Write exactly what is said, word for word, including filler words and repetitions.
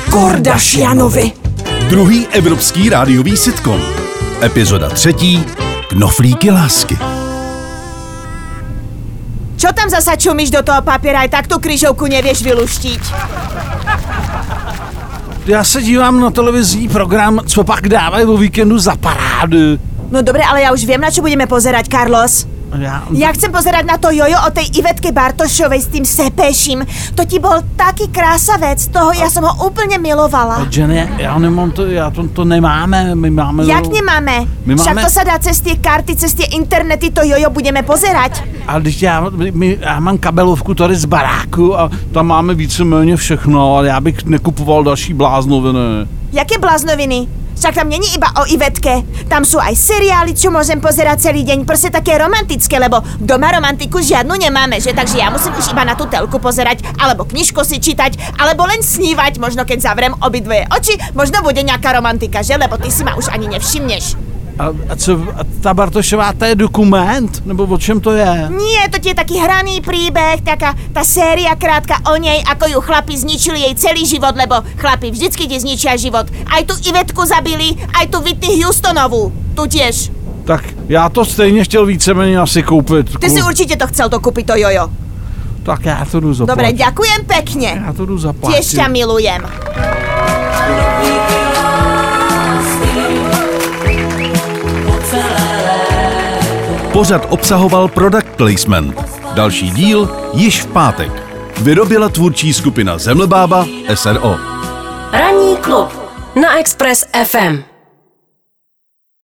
Kardashianovi. Druhý evropský rádiový sitcom. Epizoda třetí. Knoflíky lásky. Čo tam zasa čumíš do toho papiera, aj tak tu kryžovku nevieš vyluštiť? Já se dívám na televizní program, co pak dávají o víkendu za parádu. No dobre, ale ja už viem, na čo budeme pozerať, Carlos. Ja... Ja chcem pozerať na to jojo o tej Ivetke Bartošovej s tým sepeším. To ti bol taký krásavec, toho ja som ho úplne milovala. Jenny, já nemám to, já to, to nemáme, my máme... Jak nemáme? My Však máme... to sa dá cez tie karty, cez tie internety, to jojo budeme pozerať. Ale když já, my, já mám kabelovku tady z baráku a tam máme víceméně všechno, ale já bych nekupoval další bláznoviny. Jaké bláznoviny? Však tam není iba o Ivetke. Tam sú aj seriály, čo môžem pozerať celý deň. Proste také romantické, lebo doma romantiku žiadnu nemáme, že? Takže ja musím už iba na tú telku pozerať, alebo knižku si čítať, alebo len snívať. Možno keď zavrem obidvoje oči, možno bude nejaká romantika, že? Lebo ty si ma už ani nevšimneš. A, a co, a ta Bartošová, to je dokument? Nebo o čem to je? Nie, to je taký hraný príbeh, taká tá séria krátka o nej, ako ju chlapi zničili jej celý život, lebo chlapi vždycky ti zničia život. Aj tu Ivetku zabili, aj tu Whitney Houstonovú. Tu tiež. Tak já to stejně chtěl víceméně asi koupit. Ty si určite to chcel to kúpiť, to jojo. Tak já to jdu zaplatit. Dobre, ďakujem pekne. Já to jdu zaplatit. Tiež ťa milujem. Pořad obsahoval product placement. Další díl již v pátek. Vyrobila tvůrčí skupina Zemlbába S R O. Ranní klub na Express F M.